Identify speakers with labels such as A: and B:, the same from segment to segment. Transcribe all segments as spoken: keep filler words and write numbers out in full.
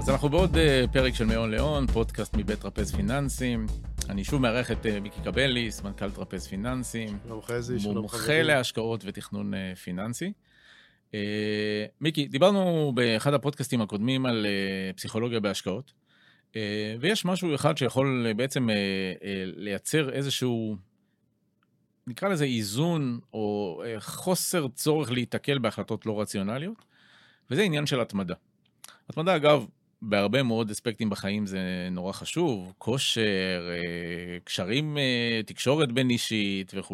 A: אז אנחנו בעוד uh, פרק של מאון לאון, פודקאסט מבית טרפז פיננסים. אני שוב מארח את uh, מיקי קבליס, מנכ"ל טרפז פיננסים.
B: שלום חזי, שלום
A: מומחה
B: חברים.
A: להשקעות ותכנון uh, פיננסי. Uh, מיקי, דיברנו באחד הפודקאסטים הקודמים על uh, פסיכולוגיה בהשקעות, uh, ויש משהו אחד שיכול uh, בעצם uh, uh, לייצר איזשהו, נקרא לזה איזון, או uh, חוסר צורך להתקל בהחלטות לא רציונליות, וזה עניין של התמדה. התמדה, אגב, בהרבה מאוד אספקטים בחיים זה נורא חשוב, כושר, קשרים, תקשורת בין אישית וכו',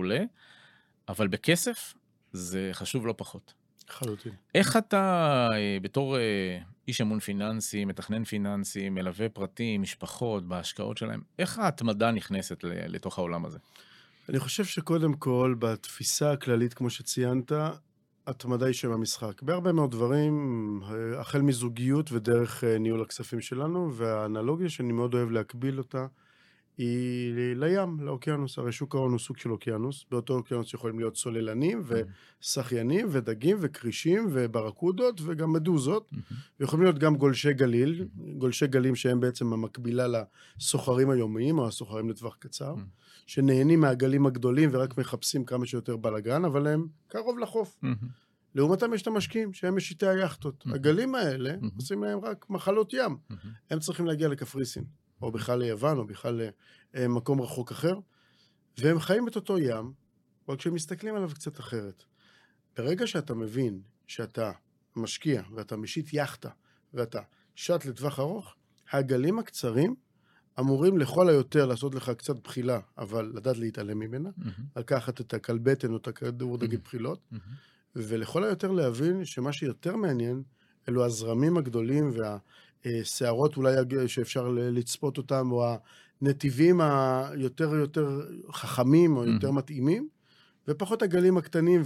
A: אבל בכסף זה חשוב לא פחות.
B: חלוטין.
A: איך אתה, בתור איש אמון פיננסי, מתכנן פיננסי, מלווה פרטים, משפחות, בהשקעות שלהם, איך ההתמדה נכנסת לתוך העולם הזה?
B: אני חושב שקודם כל, בתפיסה הכללית, כמו שציינת, התמדה היא שם המשחק. בהרבה מאוד דברים, החל מזוגיות ודרך ניהול הכספים שלנו, והאנלוגיה שאני מאוד אוהב להקביל אותה, היא לים, לאוקיינוס. הרי שוק ההון הוא סוג של אוקיינוס. באותו אוקיינוס יכולים להיות סוללנים ושחיינים ודגים וקרישים וברקודות וגם מדוזות. ויכולים להיות גם גולשי גליל, גולשי גלים שהם בעצם המקבילה לסוחרים היומיים או הסוחרים לטווח קצר, שנהנים מהגלים הגדולים ורק מחפשים כמה שיותר בלגן, אבל הם קרוב לחוף. לעומתם יש את המשקיעים שהם משיטי היחטות. הגלים האלה עושים להם רק מחלות ים. הם צריכים להגיע לקפריסין. או בכלל ליוון, או בכלל למקום רחוק אחר, והם חיים את אותו ים, רק כשהם מסתכלים עליו קצת אחרת. ברגע שאתה מבין שאתה משקיע, ואתה משיט יחטה, ואתה שט לטווח ארוך, הגלים הקצרים אמורים לכל היותר לעשות לך קצת בחילה, אבל לדעת להתעלם ממנה, לקחת את הכלבטן או את הכדור דגי בחילות, ולכל היותר להבין שמה שיותר מעניין, אלו הזרמים הגדולים וה... שערות אולי שאפשר לצפות אותם, או הנתיבים היותר יותר חכמים, או יותר מתאימים, ופחות הגלים הקטנים,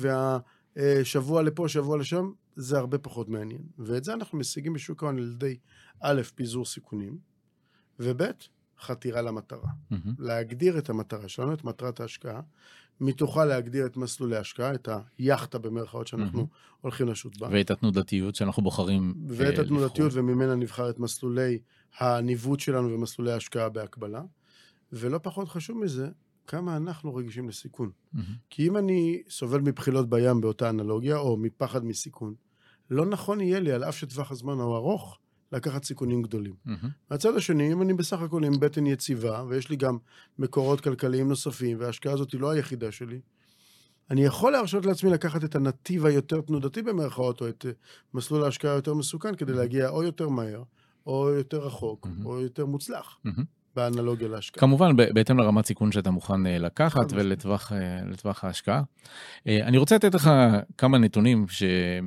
B: והשבוע לפה, שבוע לשם, זה הרבה פחות מעניין. ואת זה אנחנו משיגים בשוק ההון על ידי א', פיזור סיכונים, וב', חתירה למטרה. להגדיר את המטרה שלנו, את מטרת ההשקעה, מתוכה להגדיר את מסלולי ההשקעה, את היחטה במרכאות שאנחנו הולכים לשוט בה.
A: ואת התנודתיות שאנחנו בוחרים
B: לבחור. ואת התנודתיות, וממנה נבחר את מסלולי הניווט שלנו ומסלולי ההשקעה בהקבלה. ולא פחות חשוב מזה, כמה אנחנו רגישים לסיכון. כי אם אני סובל מבחילות בים באותה אנלוגיה, או מפחד מסיכון, לא נכון יהיה לי, על אף שטווח הזמן הוא ארוך, לקחת סיכונים גדולים. מהצד השני, אם אני בסך הכל עם בטן יציבה, ויש לי גם מקורות כלכליים נוספים, וההשקעה הזאת היא לא היחידה שלי, אני יכול להרשות לעצמי לקחת את הנתיב היותר תנודתי במרכאות, או את מסלול ההשקעה היותר מסוכן, כדי להגיע או יותר מהר, או יותר רחוק, או יותר מוצלח, באנלוגיה להשקעה.
A: כמובן, בהתאם לרמת סיכון שאתה מוכן לקחת, ולטווח ההשקעה. אני רוצה לתת לך כמה נתונים ש...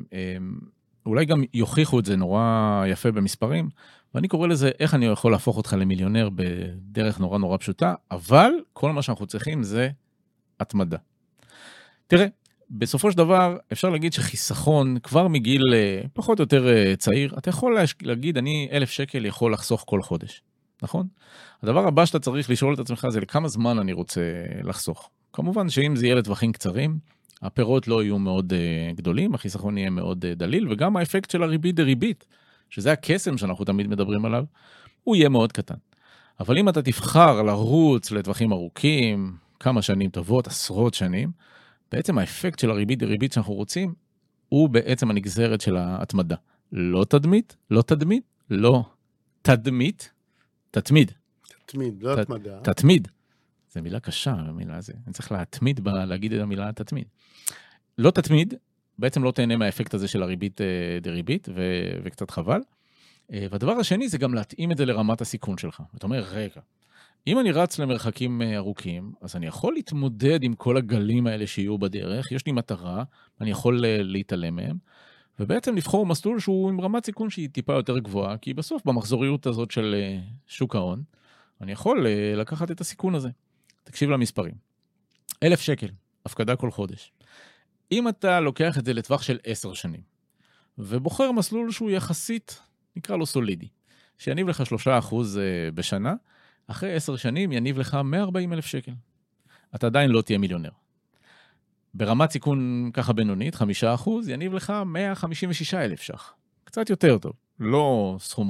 A: אולי גם יוכיחו את זה נורא יפה במספרים, ואני קורא לזה איך אני יכול להפוך אותך למיליונר בדרך נורא נורא פשוטה, אבל כל מה שאנחנו צריכים זה התמדה. תראה, בסופו של דבר אפשר להגיד שחיסכון כבר מגיל פחות או יותר צעיר, אתה יכול להגיד אני אלף שקל יכול לחסוך כל חודש, נכון? הדבר הבא שאתה צריך לשאול את עצמך זה לכמה זמן אני רוצה לחסוך. כמובן שאם זה יהיה לטווחים קצרים, הפירות לא יהיו מאוד uh, גדולים, החיסכון יהיה מאוד uh, דליל, וגם האפקט של הריבית דריבית, שזה הקסם שאנחנו תמיד מדברים עליו, הוא יהיה מאוד קטן. אבל אם אתה תבחר לרוץ לטווחים ארוכים, כמה שנים טובות, עשרות שנים, בעצם האפקט של הריבית דריבית שאנחנו רוצים, הוא בעצם הנגזרת של ההתמדה. לא תדמית, לא תדמית, לא תדמית, תתמיד.
B: תתמיד, לא התמדה.
A: תתמיד. זו מילה קשה, המילה הזו. אני צריך להתמיד בה, להגיד את המילה תתמיד. לא תתמיד, בעצם לא תהנה מהאפקט הזה של הריבית דריבית, ו- וקצת חבל. והדבר השני זה גם להתאים את זה לרמת הסיכון שלך. אתה אומר, רגע, אם אני רץ למרחקים ארוכים, אז אני יכול להתמודד עם כל הגלים האלה שיהיו בדרך, יש לי מטרה, אני יכול להתעלם מהם, ובעצם לבחור מסלול שהוא עם רמת סיכון שהיא טיפה יותר גבוהה, כי בסוף במחזוריות הזאת של שוק ההון, אני יכול לקחת את הסיכון הזה. תקשיב למספרים. אלף שקל, הפקדה כל חודש. אם אתה לוקח את זה לטווח של עשר שנים, ובוחר מסלול שהוא יחסית, נקרא לו סולידי, שיניב לך שלושה אחוז בשנה, אחרי עשר שנים יניב לך מאה וארבעים אלף שקל. אתה עדיין לא תהיה מיליונר. ברמת סיכון ככה בינונית, חמישה אחוז, יניב לך מאה חמישים ושישה אלף שח. קצת יותר טוב, לא סכום רע.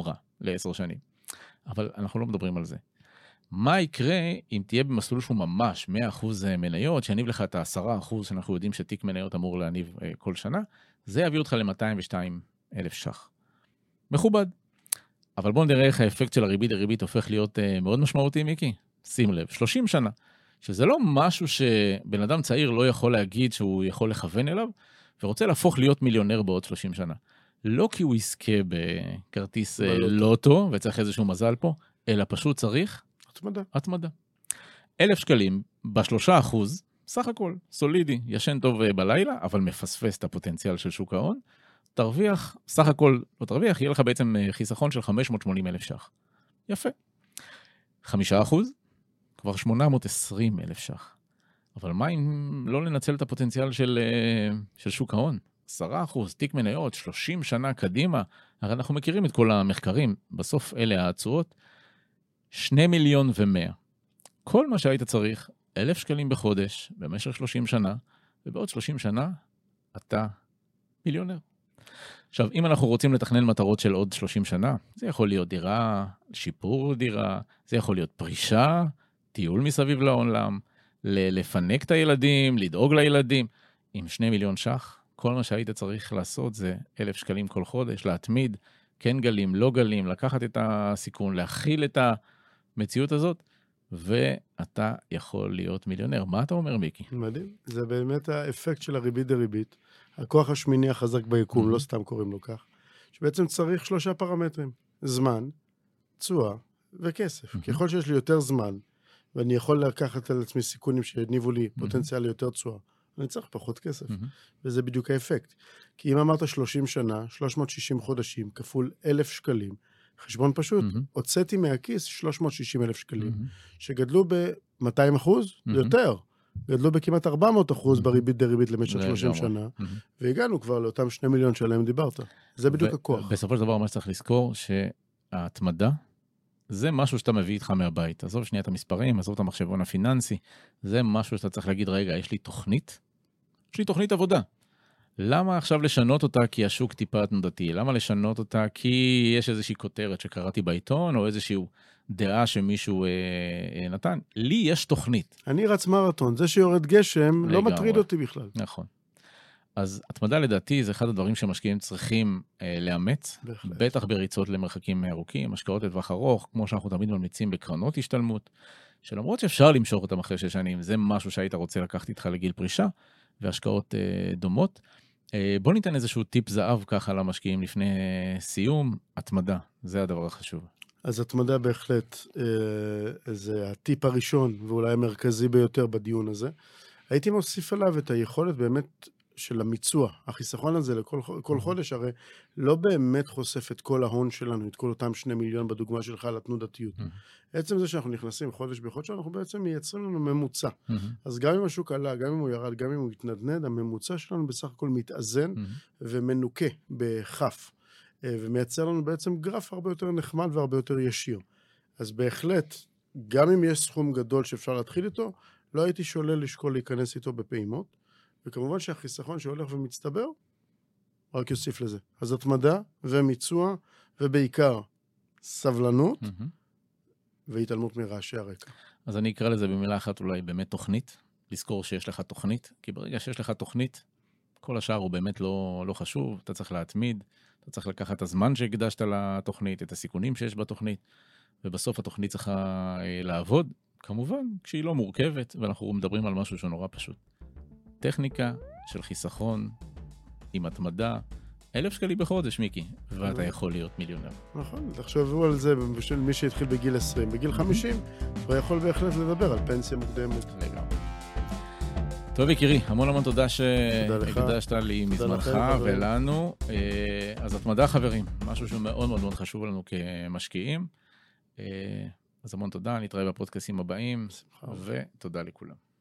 A: לעשר שנים. אבל אנחנו לא מדברים על זה. מה יקרה אם תהיה במסלול שהוא ממש מאה אחוז מניות, שיניב לך את ה-עשרה אחוז שאנחנו יודעים שתיק מניות אמור להניב כל שנה, זה יביא אותך ל-מאתיים ושתיים אלף ש"ח. מכובד. אבל בואו נראה איך האפקט של הריבית דריבית הופך להיות מאוד משמעותי, מיקי. שים לב, שלושים שנה. שזה לא משהו שבן אדם צעיר לא יכול להגיד שהוא יכול לכוון אליו, ורוצה להפוך להיות מיליונר בעוד שלושים שנה. לא כי הוא יזכה בכרטיס לוטו, וצריך איזשהו מזל פה, אלא פשוט צריך
B: התמדה.
A: התמדה. אלף שקלים בשלושה אחוז, סך הכל, סולידי, ישן טוב בלילה, אבל מפספס את הפוטנציאל של שוק ההון, תרוויח, סך הכל לא תרוויח, יהיה לך בעצם חיסכון של חמש מאות ושמונים אלף ש"ח. יפה. חמישה אחוז, כבר שמונה מאות ועשרים אלף ש"ח. אבל מה אם לא לנצל את הפוטנציאל של, של שוק ההון? עשרה אחוז, תיק מניות, שלושים שנה קדימה, הרי אנחנו מכירים את כל המחקרים, בסוף אלה התשואות, שני מיליון ומאה. כל מה שהיית צריך, אלף שקלים בחודש, במשך שלושים שנה, ובעוד שלושים שנה, אתה מיליונר. עכשיו, אם אנחנו רוצים לתכנן מטרות של עוד שלושים שנה, זה יכול להיות דירה, שיפור דירה, זה יכול להיות פרישה, טיול מסביב לעולם, לפנק את הילדים, לדאוג לילדים. עם שני מיליון ש"ח, כל מה שהיית צריך לעשות זה אלף שקלים כל חודש, להתמיד, כן גלים, לא גלים, לקחת את הסיכון, להכיל את המציאות הזאת, ואתה יכול להיות מיליונר. מה אתה אומר, מיקי?
B: מדהים. זה באמת האפקט של הריבית דריבית. הכוח השמיני החזק ביקום, לא סתם קוראים לו כך, שבעצם צריך שלושה פרמטרים. זמן, תשואה וכסף. ככל שיש לי יותר זמן, ואני יכול לקחת על עצמי סיכונים שהניבו לי פוטנציאל ליותר תשואה, אני צריך פחות כסף. וזה בדיוק האפקט. כי אם אמרת שלושים שנה, שלוש מאות ושישים חודשים, כפול אלף שקלים, חשבון פשוט, הוצאתי מהכיס שלוש מאות ושישים אלף שקלים, שגדלו ב-מאתיים אחוז, יותר. גדלו בכמעט ארבע מאות אחוז בריבית דריבית למשך שלושים שנה, והגענו כבר לאותם שני מיליון שעליהם דיברת. זה בדיוק הכוח.
A: בסופו של דבר, מה שצריך לזכור, שההתמדה, זה משהו שאתה מביא איתך מהבית. עזוב שנייה את המספרים, עזוב את המחשבון הפיננסי, זה משהו שאתה צריך להגיד, רגע, יש לי תוכנית? יש לי תוכנית עבודה. למה עכשיו לשנות אותה כי השוק טיפה תנודתי? למה לשנות אותה כי יש איזושהי כותרת שקראתי בעיתון, או איזושהי דעה שמישהו אה, אה, נתן? לי יש תוכנית.
B: אני רץ מרתון, זה שיורד גשם לא מטריד אותי בכלל.
A: נכון. אז התמדה לדעתי זה אחד הדברים שמשקיעים צריכים אה, לאמץ, בהחלט. בטח בריצות למרחקים ארוכים, השקעות לטווח ארוך, כמו שאנחנו תמיד ממליצים בקרנות השתלמות, שלמרות שאפשר למשוך אותם אחרי שש שנים, זה משהו שהיית רוצה לקחת איתך לגיל פרישה, והשקעות אה, דומות. אה, בוא ניתן איזשהו טיפ זהב ככה למשקיעים לפני אה, סיום, התמדה, זה הדבר החשוב.
B: אז התמדה בהחלט, אה, זה הטיפ הראשון, ואולי המרכזי ביותר בדיון הזה. הייתי מוסיף עליו את היכולת באמת, של המיצוע, החיסכון הזה לכל כל חודש, הרי לא באמת חושף את כל ההון שלנו, את כל אותם שני מיליון בדוגמה שלך על התנודתיות. עצם זה שאנחנו נכנסים חודש בחודש, אנחנו בעצם מייצרים לנו ממוצע. אז גם אם השוק עלה, גם אם הוא ירד, גם אם הוא התנדנד, הממוצע שלנו בסך הכל מתאזן ומנוקה בחף, ומייצר לנו בעצם גרף הרבה יותר נחמד והרבה יותר ישיר. אז בהחלט, גם אם יש סכום גדול שאפשר להתחיל איתו, לא הייתי שולל לשקול להיכנס איתו בפעימות, וכמובן שהחיסכון שהולך ומצטבר, רק יוסיף לזה. אז התמדה ומיצוע, ובעיקר סבלנות, mm-hmm. והתעלמות מרעשי הרקע.
A: אז אני אקרא לזה במילה אחת אולי באמת תוכנית, לזכור שיש לך תוכנית, כי ברגע שיש לך תוכנית, כל השאר הוא באמת לא, לא חשוב, אתה צריך להתמיד, אתה צריך לקחת את הזמן שהקדשת לתוכנית, את הסיכונים שיש בתוכנית, ובסוף התוכנית צריכה לעבוד, כמובן, כשהיא לא מורכבת, ואנחנו מדברים על משהו שנורא פשוט. טכניקה של חיסכון עם התמדה, אלף שקלים בחודש, מיקי, ואתה יכול להיות מיליונר.
B: נכון, תחשבו על זה, בשביל מי שהתחיל בגיל עשרים, בגיל חמישים, הוא יכול בהחלט לדבר על פנסיה מוקדמת.
A: לגמרי. טוב, יקירי, המון המון תודה שהקדשת לי מזמנך ולנו. אז התמדה, חברים, משהו שהוא מאוד מאוד מאוד חשוב לנו כמשקיעים. אז המון תודה, נתראה בפודקאסים הבאים, ותודה לכולם.